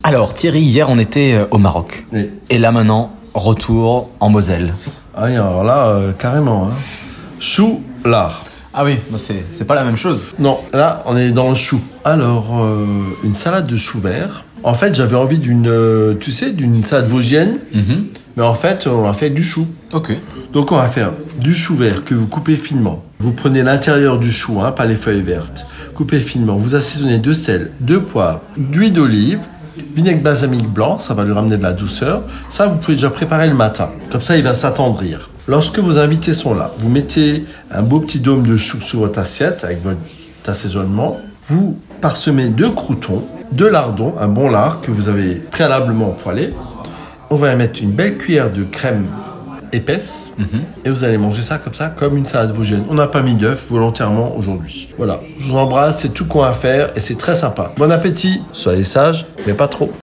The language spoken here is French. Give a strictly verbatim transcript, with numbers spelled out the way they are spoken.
Alors Thierry, hier on était euh, au Maroc. Oui. Et là maintenant, retour en Moselle. Ah, alors là, euh, carrément. Hein. Chou, lard. Ah oui, bah c'est, c'est pas la même chose. Non, là, on est dans le chou. Alors, euh, une salade de chou vert. En fait, j'avais envie d'une, euh, tu sais, d'une salade vosgienne. Mm-hmm. Mais en fait, on va faire du chou. Ok. Donc, on va faire du chou vert que vous coupez finement. Vous prenez l'intérieur du chou, hein, pas les feuilles vertes. Coupez finement. Vous assaisonnez de sel, de poivre, d'huile d'olive, vinaigre balsamique blanc. Ça va lui ramener de la douceur. Ça, vous pouvez déjà préparer le matin. Comme ça, il va s'attendrir. Lorsque vos invités sont là, vous mettez un beau petit dôme de chou sur votre assiette avec votre assaisonnement. Vous parsemez de croûtons, de lardons, un bon lard que vous avez préalablement poêlé. On va y mettre une belle cuillère de crème épaisse mmh. et vous allez manger ça comme ça, comme une salade vosgienne. On n'a pas mis d'œuf volontairement aujourd'hui. Voilà, je vous embrasse, c'est tout qu'on va faire et c'est très sympa. Bon appétit, soyez sages, mais pas trop.